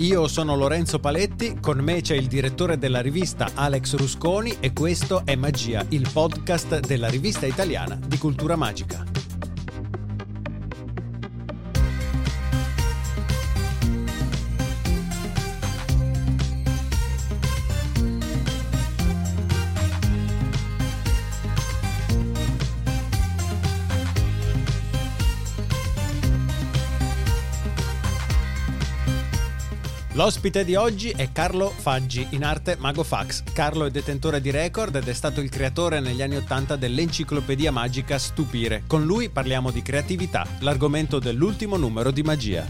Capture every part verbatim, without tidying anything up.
Io sono Lorenzo Paletti, con me c'è il direttore della rivista Alex Rusconi e questo è Magia, il podcast della rivista italiana di cultura magica. L'ospite di oggi è Carlo Faggi, in arte Mago Fax. Carlo è detentore di record ed è stato il creatore negli anni ottanta dell'enciclopedia magica Stupire. Con lui parliamo di creatività, l'argomento dell'ultimo numero di Magia.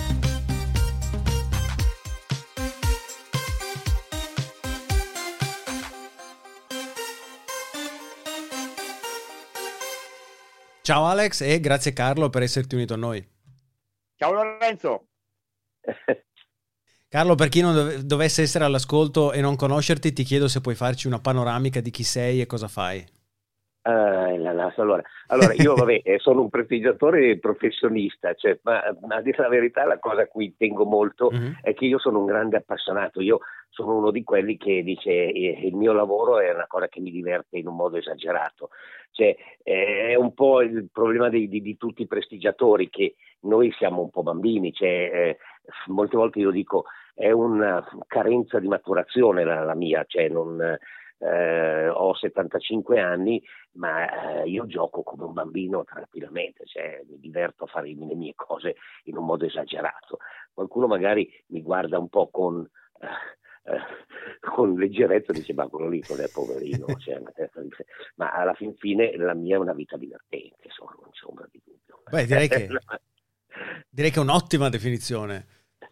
Ciao Alex e grazie Carlo per esserti unito a noi. Ciao Lorenzo. Carlo, per chi non dov- dovesse essere all'ascolto e non conoscerti, ti chiedo se puoi farci una panoramica di chi sei e cosa fai. Uh, la, la, allora, allora, io vabbè, sono un prestigiatore professionista, cioè, ma, ma a dire la verità la cosa a cui tengo molto mm-hmm. è che io sono un grande appassionato. Io sono uno di quelli che dice eh, il mio lavoro è una cosa che mi diverte in un modo esagerato. Cioè, eh, è un po' il problema di, di, di tutti i prestigiatori, che noi siamo un po' bambini, cioè, eh, molte volte io dico è una carenza di maturazione la, la mia, cioè non, eh, ho settantacinque anni, ma eh, io gioco come un bambino tranquillamente, cioè mi diverto a fare le mie cose in un modo esagerato. Qualcuno magari mi guarda un po' con eh, eh, con leggerezza e dice ma quello lì non è poverino, cioè, ma alla fin fine la mia è una vita divertente, insomma, non c'è ombra di dubbio. Beh, direi che direi che è un'ottima definizione.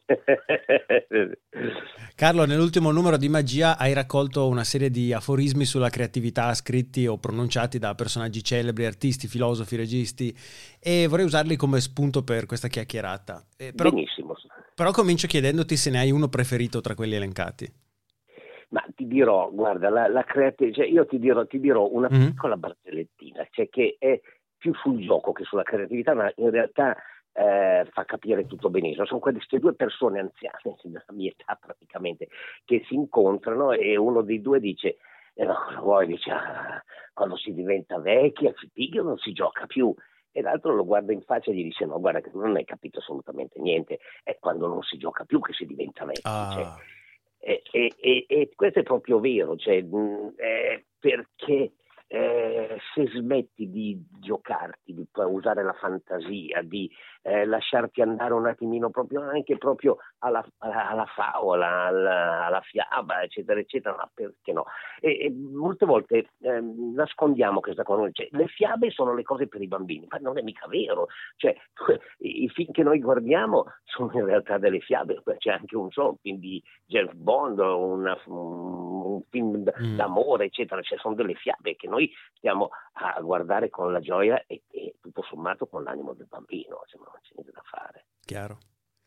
Carlo, nell'ultimo numero di Magia hai raccolto una serie di aforismi sulla creatività scritti o pronunciati da personaggi celebri, artisti, filosofi, registi, e vorrei usarli come spunto per questa chiacchierata. Eh, però, Benissimo. Però comincio chiedendoti se ne hai uno preferito tra quelli elencati. Ma ti dirò, guarda, la, la creatività, cioè io ti dirò, ti dirò una mm-hmm. piccola barzellettina, cioè che è più sul gioco che sulla creatività, ma in realtà Eh, fa capire tutto benissimo. Sono queste due persone anziane, della mia età praticamente, che si incontrano e uno dei due dice eh no, cosa vuoi? Dice ah, quando si diventa vecchia, si piglia, non si gioca più, e l'altro lo guarda in faccia e gli dice no, guarda che tu non hai capito assolutamente niente, è quando non si gioca più che si diventa vecchi. ah. Cioè, e, e, e, e questo è proprio vero, cioè, mh, eh, perché Eh, se smetti di giocarti, di usare la fantasia, di eh, lasciarti andare un attimino proprio anche proprio alla, alla, alla favola, alla, alla fiaba, eccetera, eccetera, ma perché no? E, e molte volte eh, nascondiamo questa cosa, cioè, le fiabe sono le cose per i bambini, ma non è mica vero, cioè i film che noi guardiamo sono in realtà delle fiabe, c'è anche un, so, un film di James Bond, una, un film mm. d'amore, eccetera, cioè sono delle fiabe che noi stiamo a guardare con la gioia e, e tutto sommato con l'animo del bambino, cioè, non c'è niente da fare. Chiaro.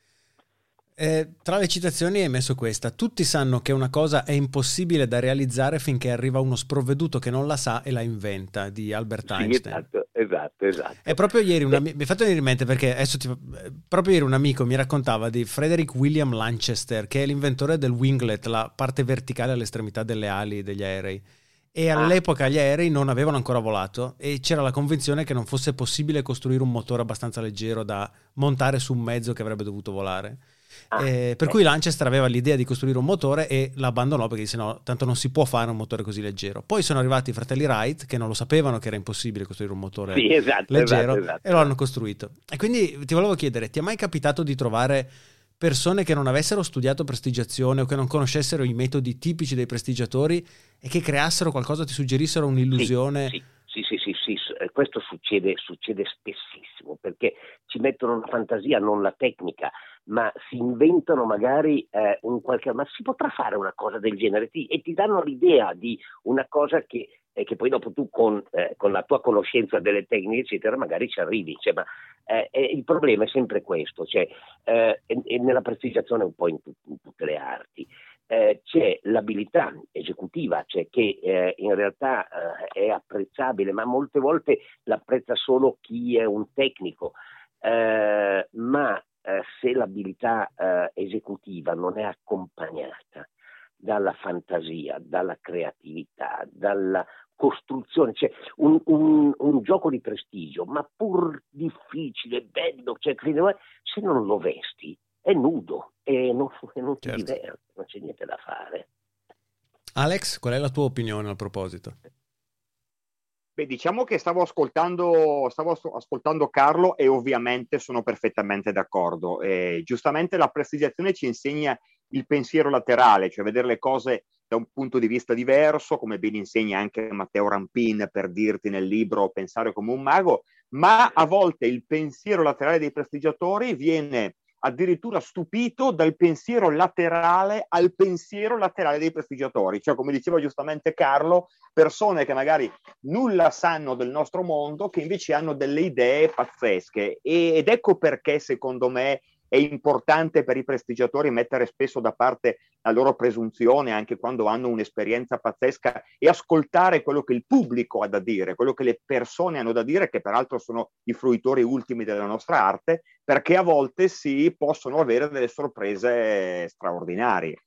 Eh, tra le citazioni hai messo questa: tutti sanno che una cosa è impossibile da realizzare finché arriva uno sprovveduto che non la sa e la inventa, di Albert Sì, Einstein. esatto, esatto, esatto. E proprio ieri una, mi è fatto venire in mente, perché adesso ti, proprio ieri un amico mi raccontava di Frederick William Lanchester, che è l'inventore del winglet, la parte verticale all'estremità delle ali degli aerei. E all'epoca ah. gli aerei non avevano ancora volato e c'era la convinzione che non fosse possibile costruire un motore abbastanza leggero da montare su un mezzo che avrebbe dovuto volare. Ah, eh, per eh. cui Lanchester aveva l'idea di costruire un motore e l'abbandonò perché disse no, tanto non si può fare un motore così leggero. Poi sono arrivati i fratelli Wright che non lo sapevano che era impossibile costruire un motore sì, esatto, leggero esatto, esatto. e lo hanno costruito. E quindi ti volevo chiedere, ti è mai capitato di trovare persone che non avessero studiato prestigiazione o che non conoscessero i metodi tipici dei prestigiatori e che creassero qualcosa, ti suggerissero un'illusione? Sì, sì, sì, sì, sì, sì. Questo succede, succede spessissimo, perché ci mettono la fantasia, non la tecnica, ma si inventano magari eh, un qualche, ma si potrà fare una cosa del genere ti, e ti danno l'idea di una cosa che e che poi dopo tu con, eh, con la tua conoscenza delle tecniche eccetera magari ci arrivi, cioè, ma eh, eh, il problema è sempre questo, cioè, eh, e, e nella prestigiazione un po' in, tu, in tutte le arti eh, c'è l'abilità esecutiva, cioè che eh, in realtà eh, è apprezzabile, ma molte volte l'apprezza solo chi è un tecnico, eh, ma eh, se l'abilità eh, esecutiva non è accompagnata dalla fantasia, dalla creatività, dalla costruzione, cioè un, un, un gioco di prestigio, ma pur difficile, bello, cioè, se non lo vesti è nudo e non, e non ti certo. diverte, non c'è niente da fare. Alex, qual è la tua opinione al proposito? Beh, diciamo che stavo ascoltando, stavo ascoltando Carlo e ovviamente sono perfettamente d'accordo. Eh, giustamente la prestigiazione ci insegna il pensiero laterale, cioè vedere le cose da un punto di vista diverso, come ben insegna anche Matteo Rampin, per dirti nel libro Pensare come un mago, ma a volte il pensiero laterale dei prestigiatori viene addirittura stupito dal pensiero laterale al pensiero laterale dei prestigiatori, cioè come diceva giustamente Carlo, persone che magari nulla sanno del nostro mondo, che invece hanno delle idee pazzesche, e, ed ecco perché secondo me è importante per i prestigiatori mettere spesso da parte la loro presunzione anche quando hanno un'esperienza pazzesca e ascoltare quello che il pubblico ha da dire, quello che le persone hanno da dire, che peraltro sono i fruitori ultimi della nostra arte, perché a volte si possono avere delle sorprese straordinarie.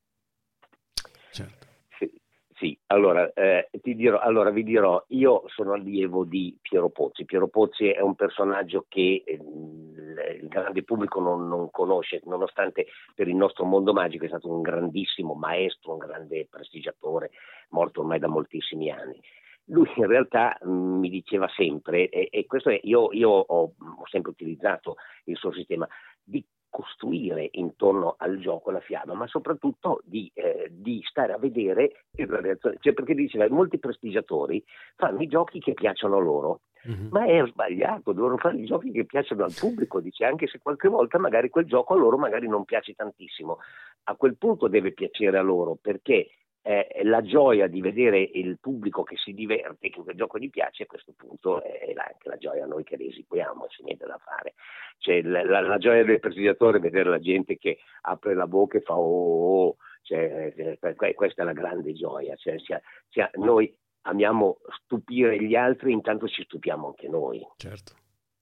Certo. Sì, allora, eh, ti dirò, allora vi dirò, io sono allievo di Piero Pozzi. Piero Pozzi è un personaggio che eh, il grande pubblico non, non conosce, nonostante per il nostro mondo magico è stato un grandissimo maestro, un grande prestigiatore, morto ormai da moltissimi anni. Lui in realtà mh, mi diceva sempre, e, e questo è, io, io ho, ho sempre utilizzato il suo sistema, di costruire intorno al gioco la fiaba, ma soprattutto di, eh, di stare a vedere la reazione, cioè perché diceva molti prestigiatori fanno i giochi che piacciono a loro, mm-hmm. ma è sbagliato, devono fare i giochi che piacciono al pubblico, dice, anche se qualche volta magari quel gioco a loro magari non piace tantissimo, a quel punto deve piacere a loro, perché eh, la gioia di vedere il pubblico che si diverte, che quel gioco gli piace, a questo punto è anche la gioia a noi che le eseguiamo, c'è niente da fare. Cioè, la, la, la gioia del prestigiatore è vedere la gente che apre la bocca e fa oh, oh, cioè, eh, questa è la grande gioia, cioè, sia, sia, noi amiamo stupire gli altri, intanto ci stupiamo anche noi. Certo.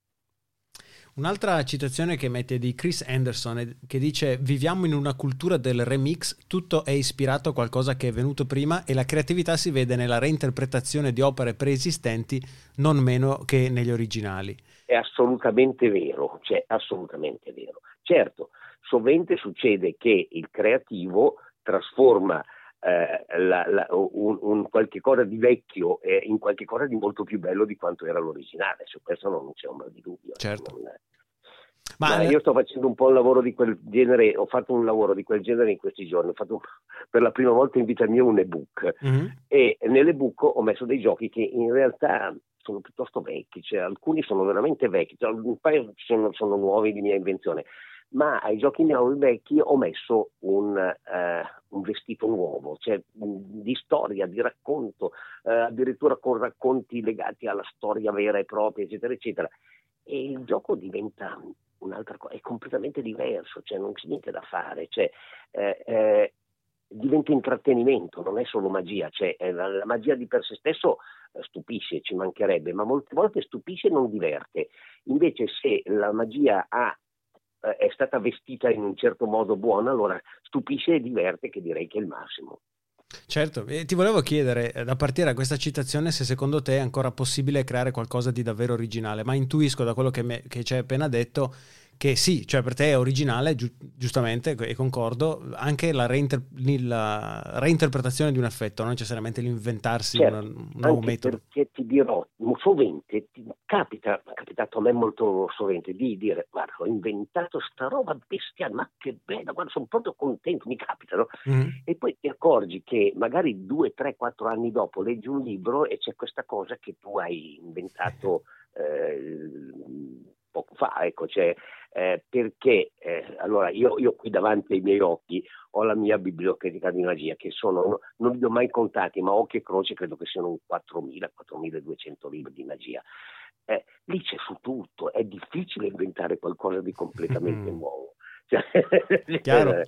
Un'altra citazione che mette di Chris Anderson, che dice: viviamo in una cultura del remix, tutto è ispirato a qualcosa che è venuto prima e la creatività si vede nella reinterpretazione di opere preesistenti non meno che negli originali. È assolutamente vero, cioè assolutamente vero. Certo, sovente succede che il creativo trasforma eh, la, la, un, un qualche cosa di vecchio eh, in qualche cosa di molto più bello di quanto era l'originale, su questo non c'è ombra di dubbio. Certo. Non, Ma, ma io sto facendo un po' un lavoro di quel genere, ho fatto un lavoro di quel genere in questi giorni, ho fatto per la prima volta in vita mia un ebook, mm-hmm. e nell'ebook ho messo dei giochi che in realtà sono piuttosto vecchi, cioè alcuni sono veramente vecchi, cioè, un paio sono, sono nuovi di mia invenzione, ma ai giochi nuovi vecchi ho messo un, uh, un vestito nuovo, cioè di storia, di racconto, uh, addirittura con racconti legati alla storia vera e propria, eccetera, eccetera. E il gioco diventa un'altra cosa, è completamente diverso, cioè non c'è niente da fare, cioè eh, eh, diventa intrattenimento, non è solo magia, cioè eh, la, la magia di per sé stesso eh, stupisce, ci mancherebbe, ma molte volte stupisce e non diverte. Invece se la magia ha eh, è stata vestita in un certo modo buono, allora stupisce e diverte, che direi che è il massimo. Certo, e ti volevo chiedere, da partire da questa citazione, se secondo te è ancora possibile creare qualcosa di davvero originale, ma intuisco da quello che, me, che ci hai appena detto che sì, cioè per te è originale, giu- giustamente, e concordo, anche la, reinter- la reinterpretazione di un effetto, non necessariamente l'inventarsi certo, una, un nuovo anche metodo. Perché ti dirò, sovente, ti capita, è capitato a me molto sovente, di dire, guarda, ho inventato sta roba bestiale, ma che bella, guarda, sono proprio contento, mi capita, no? Mm-hmm. E poi ti accorgi che magari due, tre, quattro anni dopo leggi un libro e c'è questa cosa che tu hai inventato eh, poco fa, ecco, cioè, eh, perché eh, allora io, io qui davanti ai miei occhi ho la mia biblioteca di magia, che sono, no, non li ho mai contati, ma occhio e croce credo che siano quattromila, quattromiladuecento libri di magia. Eh, lì c'è su tutto, è difficile inventare qualcosa di completamente nuovo. Cioè, chiaro.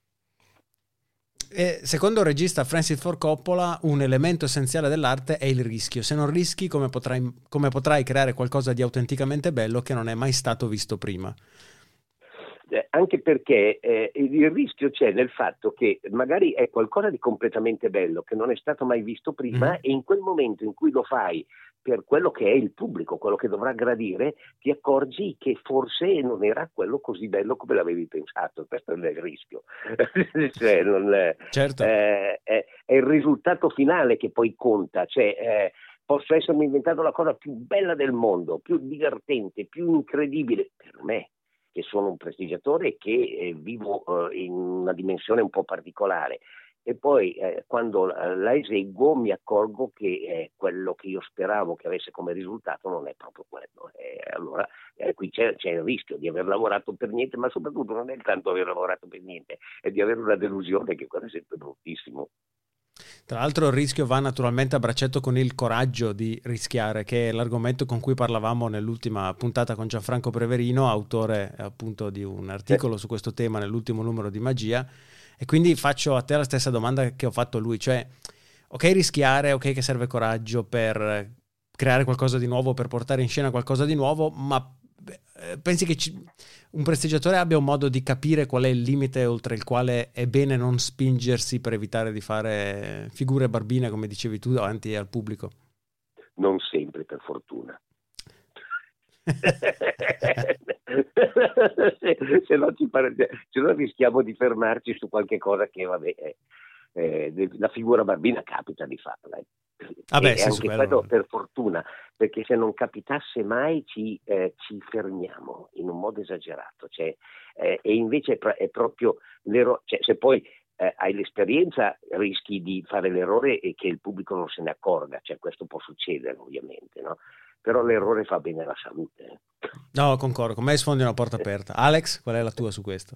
E secondo il regista Francis Ford Coppola, un elemento essenziale dell'arte è il rischio. Se non rischi, come potrai, come potrai creare qualcosa di autenticamente bello che non è mai stato visto prima? eh, anche perché eh, il rischio c'è nel fatto che magari è qualcosa di completamente bello che non è stato mai visto prima, mm. e in quel momento in cui lo fai per quello che è il pubblico, quello che dovrà gradire, ti accorgi che forse non era quello così bello come l'avevi pensato. Questo è il rischio. Cioè, non è, certo. eh, è, è il risultato finale che poi conta. Cioè, eh, posso essermi inventato la cosa più bella del mondo, più divertente, più incredibile per me, che sono un prestigiatore e che eh, vivo eh, in una dimensione un po' particolare. E poi eh, quando la eseguo mi accorgo che eh, quello che io speravo che avesse come risultato non è proprio quello. E allora eh, qui c'è, c'è il rischio di aver lavorato per niente, ma soprattutto non è tanto aver lavorato per niente, è di avere una delusione, che quello è sempre bruttissimo. Tra l'altro il rischio va naturalmente a braccetto con il coraggio di rischiare, che è l'argomento con cui parlavamo nell'ultima puntata con Gianfranco Preverino, autore appunto di un articolo eh. su questo tema nell'ultimo numero di Magia. E quindi faccio a te la stessa domanda che ho fatto a lui, cioè ok rischiare, ok che serve coraggio per creare qualcosa di nuovo, per portare in scena qualcosa di nuovo, ma pensi che ci, un prestigiatore abbia un modo di capire qual è il limite oltre il quale è bene non spingersi per evitare di fare figure barbine, come dicevi tu, davanti al pubblico? Non sempre, per fortuna. se, se, no ci pare, se no rischiamo di fermarci su qualche cosa che vabbè eh, eh, la figura bambina capita di farla eh. ah beh, e sì, anche quello per fortuna, perché se non capitasse mai ci, eh, ci fermiamo in un modo esagerato, cioè, eh, e invece è, è proprio l'errore, cioè, se poi eh, hai l'esperienza rischi di fare l'errore e che il pubblico non se ne accorga, cioè questo può succedere ovviamente, no? Però l'errore fa bene alla salute. No, concordo, con me sfondi una porta aperta. Alex, qual è la tua su questo?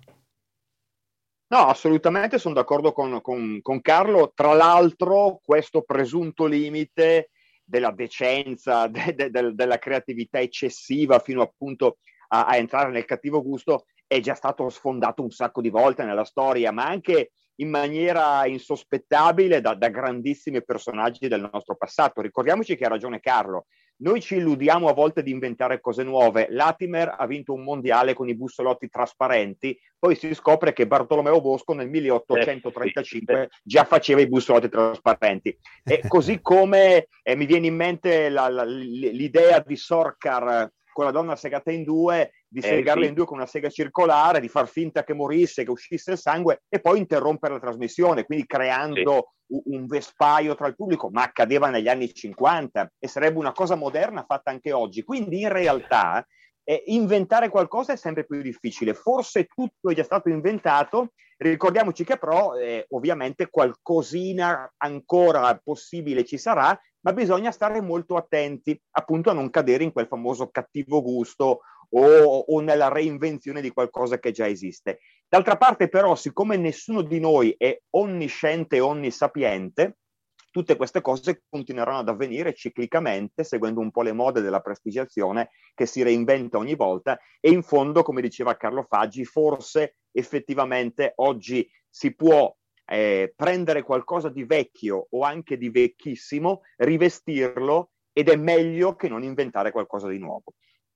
No, assolutamente sono d'accordo con, con, con Carlo. Tra l'altro questo presunto limite della decenza, de, de, de, della creatività eccessiva fino appunto a, a entrare nel cattivo gusto è già stato sfondato un sacco di volte nella storia, ma anche in maniera insospettabile da, da grandissimi personaggi del nostro passato. Ricordiamoci che ha ragione Carlo, noi ci illudiamo a volte di inventare cose nuove. Latimer ha vinto un mondiale con i bussolotti trasparenti, poi si scopre che Bartolomeo Bosco nel milleottocentotrentacinque già faceva i bussolotti trasparenti. E così come eh, mi viene in mente la, la, l'idea di Sorcar con la donna segata in due, di segarla eh, sì. in due con una sega circolare, di far finta che morisse, che uscisse il sangue e poi interrompere la trasmissione, quindi creando sì. un vespaio tra il pubblico, ma accadeva negli anni cinquanta e sarebbe una cosa moderna fatta anche oggi. Quindi in realtà eh, inventare qualcosa è sempre più difficile. Forse tutto è già stato inventato, ricordiamoci che però eh, ovviamente qualcosina ancora possibile ci sarà, ma bisogna stare molto attenti appunto a non cadere in quel famoso cattivo gusto o, o nella reinvenzione di qualcosa che già esiste. D'altra parte però, siccome nessuno di noi è onnisciente e onnisapiente, tutte queste cose continueranno ad avvenire ciclicamente, seguendo un po' le mode della prestigiazione che si reinventa ogni volta e in fondo, come diceva Carlo Faggi, forse effettivamente oggi si può Eh, prendere qualcosa di vecchio o anche di vecchissimo, rivestirlo ed è meglio che non inventare qualcosa di nuovo.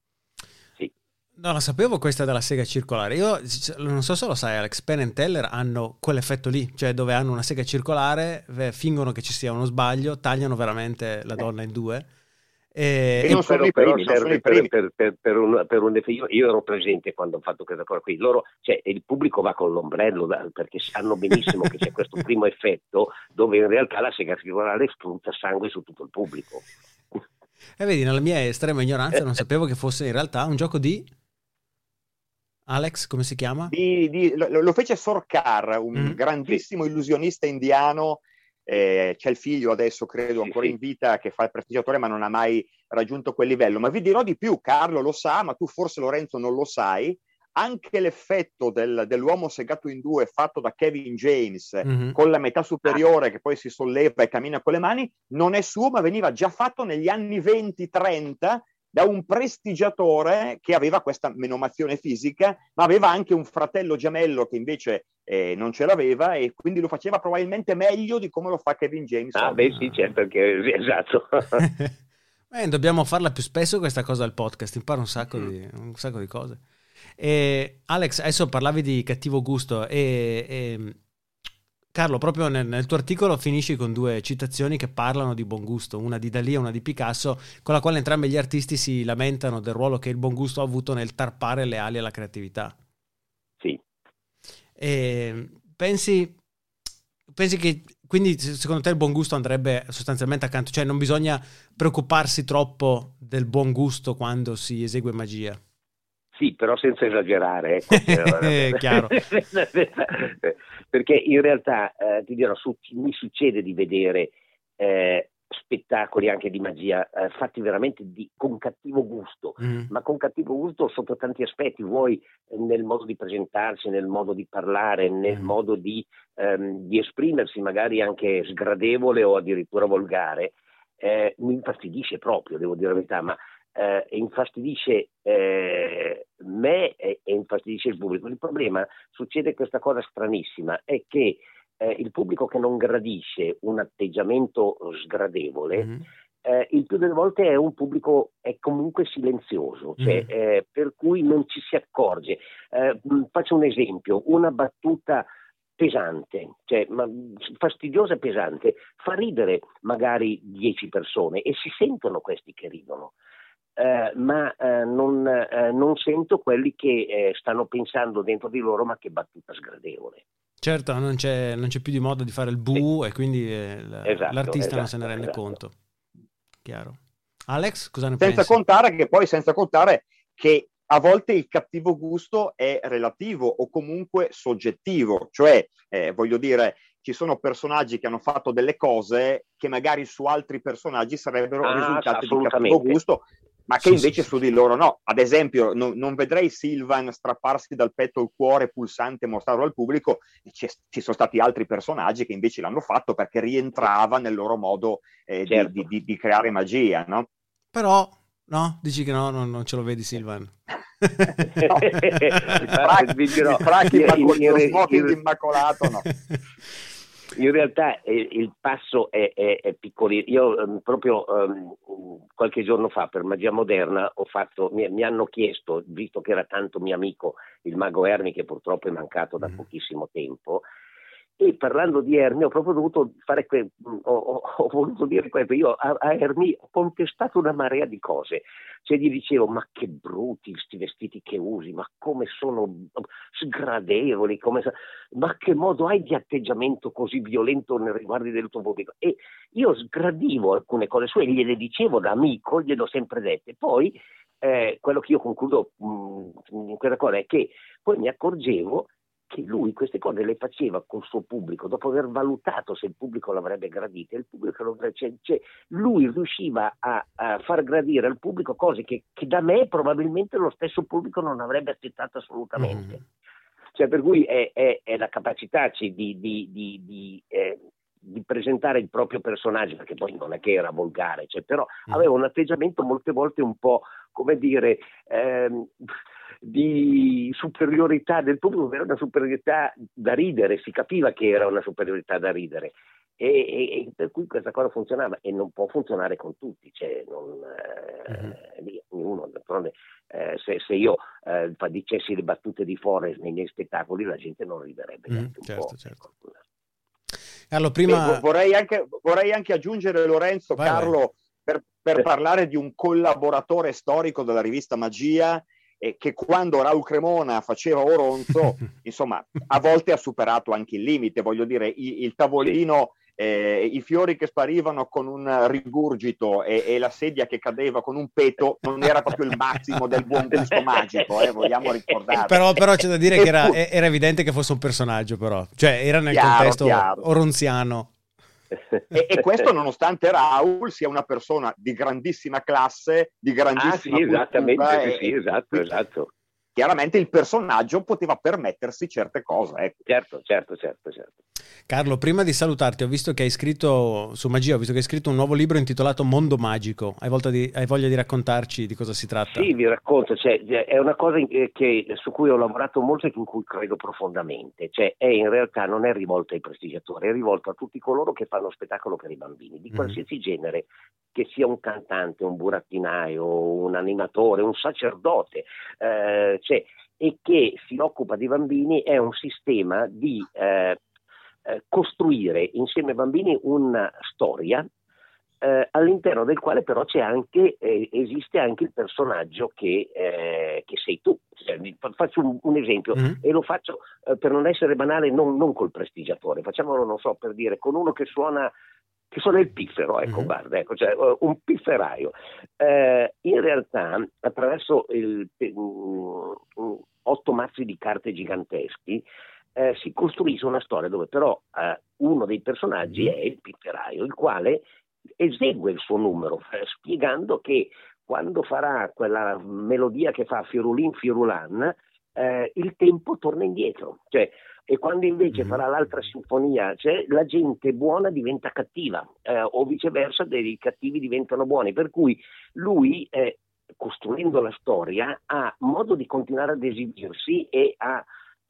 Sì. No, la sapevo questa della sega circolare. Io non so se lo sai, Alex, Penn and Teller hanno quell'effetto lì, cioè dove hanno una sega circolare, fingono che ci sia uno sbaglio, tagliano veramente la donna in due. E, e non sono i primi, non sono i primi. Per, per, per un, per un, io, io ero presente quando ho fatto questa cosa qui. Loro, cioè, il pubblico va con l'ombrello perché sanno benissimo che c'è questo primo effetto dove in realtà la sega circolare spruzza sangue su tutto il pubblico. E vedi, nella mia estrema ignoranza non sapevo che fosse in realtà un gioco di Alex, come si chiama? Di, di, lo, lo fece Sorcar, un mm. grandissimo illusionista indiano. Eh, c'è il figlio adesso credo ancora in vita che fa il prestigiatore ma non ha mai raggiunto quel livello. Ma vi dirò di più, Carlo lo sa ma tu forse Lorenzo non lo sai, anche l'effetto del, dell'uomo segato in due fatto da Kevin James mm-hmm. con la metà superiore che poi si solleva e cammina con le mani non è suo, ma veniva già fatto negli anni venti trenta da un prestigiatore che aveva questa menomazione fisica, ma aveva anche un fratello gemello che invece eh, non ce l'aveva e quindi lo faceva probabilmente meglio di come lo fa Kevin James. Ah, beh sì, certo, che, esatto. eh, dobbiamo farla più spesso questa cosa al podcast, impara un sacco di, un sacco di cose. E Alex, adesso parlavi di cattivo gusto e, e Carlo, proprio nel, nel tuo articolo finisci con due citazioni che parlano di buon gusto, una di Dalì e una di Picasso, con la quale entrambi gli artisti si lamentano del ruolo che il buon gusto ha avuto nel tarpare le ali alla creatività. Sì. E pensi, pensi che quindi secondo te il buon gusto andrebbe sostanzialmente accanto, cioè non bisogna preoccuparsi troppo del buon gusto quando si esegue magia? Sì, però senza esagerare, ecco. È chiaro. Perché in realtà eh, ti dirò, su, mi succede di vedere eh, spettacoli anche di magia eh, fatti veramente di, con cattivo gusto, mm. ma con cattivo gusto sotto tanti aspetti, vuoi nel modo di presentarsi, nel modo di parlare, nel mm. modo di, ehm, di esprimersi, magari anche sgradevole o addirittura volgare. Eh, mi infastidisce proprio, devo dire la verità, ma eh, infastidisce eh, me e, e infastidisce il pubblico. Il problema, succede questa cosa stranissima, è che eh, il pubblico che non gradisce un atteggiamento sgradevole, mm-hmm. eh, il più delle volte è un pubblico è comunque silenzioso, cioè, mm-hmm. eh, per cui non ci si accorge. Eh, faccio un esempio, una battuta pesante, cioè ma, fastidiosa e pesante, fa ridere magari dieci persone e si sentono questi che ridono. Uh, ma uh, non, uh, non sento quelli che uh, stanno pensando dentro di loro ma che battuta sgradevole. Certo, non c'è, non c'è più di modo di fare il bu, sì. E quindi eh, la, esatto, l'artista esatto, non se ne rende esatto. conto. Chiaro. Alex, cosa ne senza pensi? Contare che poi senza contare che a volte il cattivo gusto è relativo o comunque soggettivo, cioè eh, voglio dire, ci sono personaggi che hanno fatto delle cose che magari su altri personaggi sarebbero ah, risultate di cattivo gusto, ma che sì, invece sì, su sì. di loro no. Ad esempio, no, non vedrei Sylvain strapparsi dal petto il cuore pulsante e mostrarlo al pubblico. Ci, ci sono stati altri personaggi che invece l'hanno fatto perché rientrava nel loro modo eh, certo. di, di, di creare magia, no? Però, no? Dici che no, non, non ce lo vedi Sylvain? No. il fracchi, lo smoking immacolato, no. In realtà eh, il passo è, è, è piccolino. Io um, proprio um, qualche giorno fa per Magia Moderna ho fatto, mi, mi hanno chiesto, visto che era tanto mio amico il mago Ermi, che purtroppo è mancato da mm. pochissimo tempo, e parlando di Ermi ho proprio dovuto fare que- ho, ho, ho voluto dire questo. Io a, a Ermi ho contestato una marea di cose, cioè gli dicevo ma che brutti questi vestiti che usi, ma come sono sgradevoli, come, ma che modo hai di atteggiamento così violento nei riguardi del tuo pubblico. E io sgradivo alcune cose sue, gliele dicevo da amico, gliele ho sempre dette. Poi eh, quello che io concludo mh, in questa cosa è che poi mi accorgevo che lui queste cose le faceva col suo pubblico dopo aver valutato se il pubblico l'avrebbe gradito, il pubblico lo, cioè, cioè, lui riusciva a, a far gradire al pubblico cose che, che da me probabilmente lo stesso pubblico non avrebbe accettato assolutamente. Mm. Cioè, per cui è, è, è la capacità di, di, di, di, eh, di presentare il proprio personaggio, perché poi non è che era volgare, cioè, però mm. aveva un atteggiamento molte volte un po', come dire, ehm, di superiorità del pubblico, era una superiorità da ridere, si capiva che era una superiorità da ridere e, e, e per cui questa cosa funzionava e non può funzionare con tutti, cioè non eh, mm-hmm. ognuno, eh, se, se io eh, dicessi le battute di Forrest nei miei spettacoli la gente non riderebbe mm, neanche un certo, po'. certo. Carlo, prima... Beh, vorrei, anche, vorrei anche aggiungere, Lorenzo, vai, Carlo, vai. per, per eh. parlare di un collaboratore storico della rivista Magia, e che quando Raul Cremona faceva Oronzo, insomma, a volte ha superato anche il limite, voglio dire, il, il tavolino, eh, i fiori che sparivano con un rigurgito e, e la sedia che cadeva con un peto non era proprio il massimo del buon gusto magico, eh, vogliamo ricordare. Però, però c'è da dire che era, era evidente che fosse un personaggio, però, cioè era nel chiaro, contesto chiaro. oronziano. E, e questo nonostante Raul sia una persona di grandissima classe, di grandissima ah, sì, esattamente, e, sì, esatto, esatto. Chiaramente il personaggio poteva permettersi certe cose. Ecco. Certo, certo, certo, certo. Carlo, prima di salutarti, ho visto che hai scritto su magia, ho visto che hai scritto un nuovo libro intitolato Mondo Magico. Hai, volta di, hai voglia di raccontarci di cosa si tratta? Sì, vi racconto, cioè, è una cosa che, su cui ho lavorato molto e in cui credo profondamente, cioè è in realtà non è rivolto ai prestigiatori, è rivolto a tutti coloro che fanno spettacolo per i bambini, di qualsiasi mm-hmm. genere, che sia un cantante, un burattinaio, un animatore, un sacerdote, eh, cioè, e che si occupa di bambini. È un sistema di eh, eh, costruire insieme ai bambini una storia eh, all'interno del quale però c'è anche, eh, esiste anche il personaggio che, eh, che sei tu. Cioè, faccio un, un esempio mm-hmm. e lo faccio eh, per non essere banale, non, non col prestigiatore, facciamolo, non so, per dire, con uno che suona che sono il piffero, ecco, mm-hmm. guarda, ecco, cioè, uh, un pifferaio. Eh, in realtà, attraverso il, um, um, otto mazzi di carte giganteschi, eh, si costruisce una storia dove però eh, uno dei personaggi mm-hmm. è il pifferaio, il quale esegue il suo numero, eh, spiegando che quando farà quella melodia che fa Firulin Firulan, eh, il tempo torna indietro, cioè, e quando invece farà l'altra sinfonia, cioè, la gente buona diventa cattiva, eh, o viceversa dei cattivi diventano buoni, per cui lui, eh, costruendo la storia, ha modo di continuare ad esibirsi e a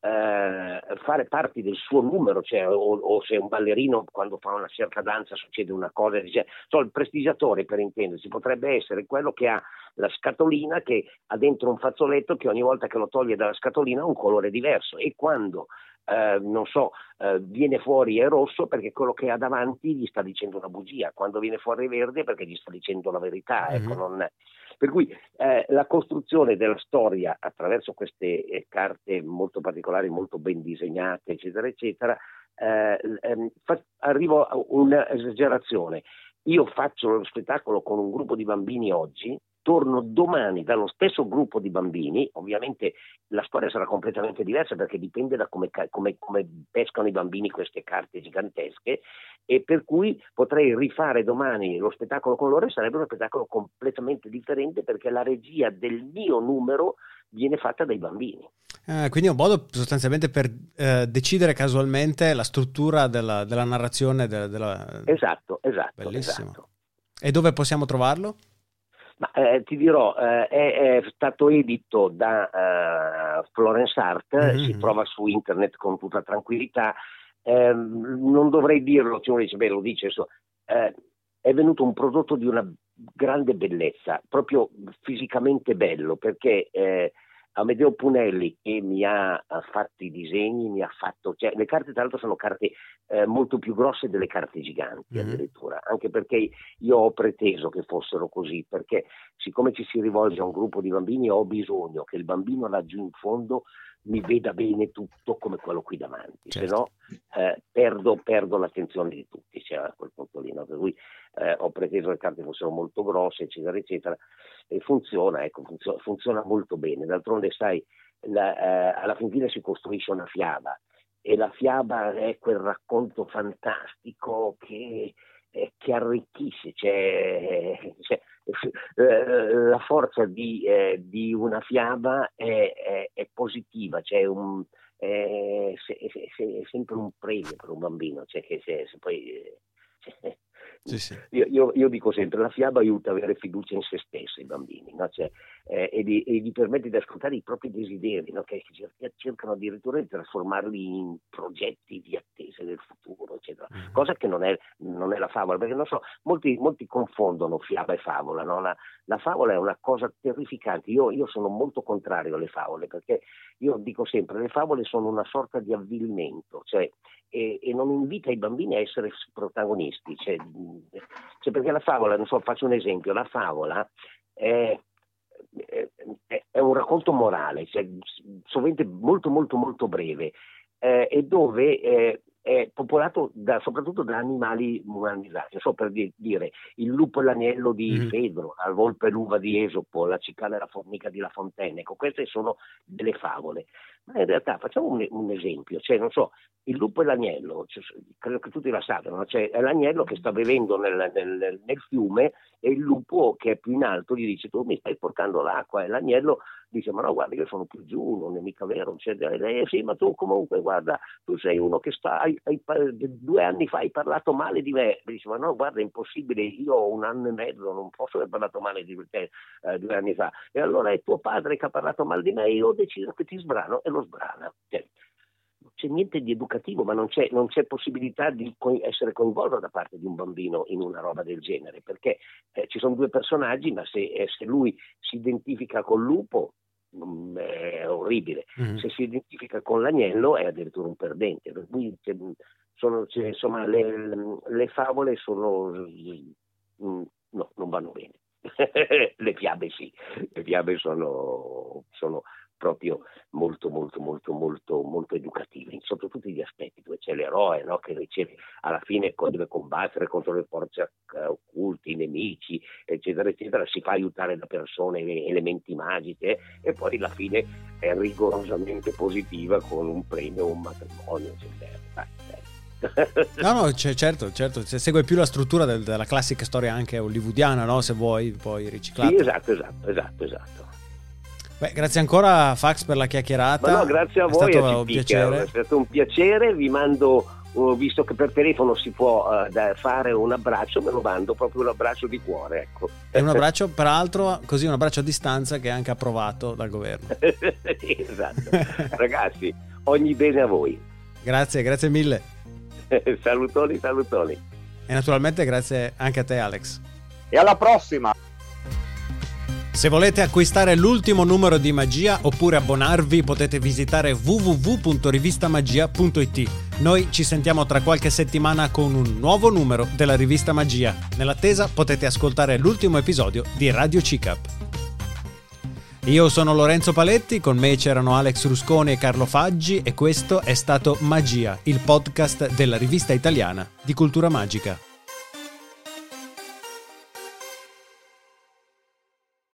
eh, fare parte del suo numero, cioè, o, o se un ballerino quando fa una certa danza succede una cosa, dice, so, il prestigiatore, per intendersi, potrebbe essere quello che ha la scatolina, che ha dentro un fazzoletto che ogni volta che lo toglie dalla scatolina ha un colore diverso, e quando eh, non so, eh, viene fuori è rosso perché quello che ha davanti gli sta dicendo una bugia, quando viene fuori è verde perché gli sta dicendo la verità, mm-hmm. ecco, non... Per cui eh, la costruzione della storia attraverso queste eh, carte molto particolari, molto ben disegnate, eccetera, eccetera, eh, ehm, fa... arrivo a un'esagerazione. Io faccio lo spettacolo con un gruppo di bambini oggi, torno domani dallo stesso gruppo di bambini, ovviamente la storia sarà completamente diversa perché dipende da come, come, come pescano i bambini queste carte gigantesche, e per cui potrei rifare domani lo spettacolo con loro e sarebbe uno spettacolo completamente differente perché la regia del mio numero viene fatta dai bambini. Eh, quindi è un modo sostanzialmente per eh, decidere casualmente la struttura della, della narrazione. Della, della... Esatto, esatto. Bellissimo. Esatto. E dove possiamo trovarlo? Ma eh, ti dirò, eh, è, è stato edito da uh, Florence Art, mm-hmm. si trova su internet con tutta tranquillità. Eh, non dovrei dirlo, cioè uno dice, beh, lo dice, so, eh, è venuto un prodotto di una grande bellezza, proprio fisicamente bello, perché eh, Amedeo Punelli, che mi ha, ha fatto i disegni, mi ha fatto, cioè, le carte tra l'altro sono carte eh, molto più grosse delle carte giganti, mm-hmm. addirittura, anche perché io ho preteso che fossero così, perché siccome ci si rivolge a un gruppo di bambini ho bisogno che il bambino laggiù in fondo mi veda bene tutto come quello qui davanti, certo. Se no eh, perdo, perdo l'attenzione di tutti, cioè, a quel punto lì, no? Per cui eh, ho preteso che le carte fossero molto grosse, eccetera, eccetera, e funziona, ecco, funziona, funziona molto bene. D'altronde, sai, la, eh, alla fin fine si costruisce una fiaba, e la fiaba è quel racconto fantastico che, eh, che arricchisce, cioè, cioè la forza di, eh, di una fiaba è, è, è positiva, cioè un, è, è, è sempre un premio per un bambino, cioè che se, se poi cioè, sì, sì. Io, io, io dico sempre, la fiaba aiuta a avere fiducia in se stesso i bambini, no? Cioè, eh, e, di, e gli permette di ascoltare i propri desideri, no? Che cercano addirittura di trasformarli in progetti di attesa del futuro, eccetera. Mm. Cosa che non è, non è la favola, perché non so, molti, molti confondono fiaba e favola, no? La, la favola è una cosa terrificante. Io, io sono molto contrario alle favole, perché io dico sempre, le favole sono una sorta di avvilimento, cioè E, e non invita i bambini a essere protagonisti, cioè, cioè perché la favola, non so, faccio un esempio, la favola è, è, è un racconto morale, cioè, sovente molto molto molto breve, eh, e dove eh, è popolato da, soprattutto da animali umanizzati, non so, per di, dire il lupo e l'agnello di mm. Fedro, la volpe e l'uva di Esopo, la cicala e la formica di La Fontaine, ecco, queste sono delle favole. Ma in realtà facciamo un, un esempio, cioè non so, il lupo e l'agnello, cioè, credo che tutti la sappiano, cioè è l'agnello che sta bevendo nel, nel, nel fiume e il lupo che è più in alto gli dice tu mi stai portando l'acqua, e l'agnello dice ma no guarda io sono più giù, non è mica vero, cioè, eh, sì ma tu comunque guarda tu sei uno che sta, hai, hai, due anni fa hai parlato male di me, dice ma no guarda è impossibile, io ho un anno e mezzo, non posso aver parlato male di te eh, due anni fa, e allora è tuo padre che ha parlato male di me, io ho deciso che ti sbrano e lo sbrana. Cioè, non c'è niente di educativo, ma non c'è, non c'è possibilità di co- essere coinvolto da parte di un bambino in una roba del genere, perché eh, ci sono due personaggi, ma se, eh, se lui si identifica col lupo mh, è orribile, mm-hmm. se si identifica con l'agnello è addirittura un perdente, per cui c'è, sono, c'è, insomma le, le favole sono mh, no, non vanno bene. Le fiabe sì, le fiabe sono, sono proprio molto molto molto molto molto educative sotto tutti gli aspetti, dove c'è l'eroe, no, che riceve alla fine deve combattere contro le forze occulte, i nemici eccetera eccetera, si fa aiutare da persone, elementi magiche, e poi alla fine è rigorosamente positiva con un premio, un matrimonio eccetera. No, no, c- certo, certo, segue più la struttura del, della classica storia anche hollywoodiana, no? Se vuoi, poi riciclata. Sì, esatto, esatto, esatto, esatto. Beh, grazie ancora Fax per la chiacchierata. Ma no, grazie a voi, è stato, a un piacere. È stato un piacere, vi mando, uh, visto che per telefono si può uh, da fare un abbraccio, me lo mando proprio un abbraccio di cuore, ecco. È un abbraccio, peraltro, così un abbraccio a distanza che è anche approvato dal governo. Esatto. Ragazzi, ogni bene a voi. Grazie, grazie mille. Salutoni, salutoni. E naturalmente grazie anche a te Alex. E alla prossima. Se volete acquistare l'ultimo numero di Magia oppure abbonarvi potete visitare w w w punto rivistamagia punto i t. Noi ci sentiamo tra qualche settimana con un nuovo numero della rivista Magia. Nell'attesa potete ascoltare l'ultimo episodio di Radio C C A P. Io sono Lorenzo Paletti, con me c'erano Alex Rusconi e Carlo Faggi e questo è stato Magia, il podcast della rivista italiana di cultura magica.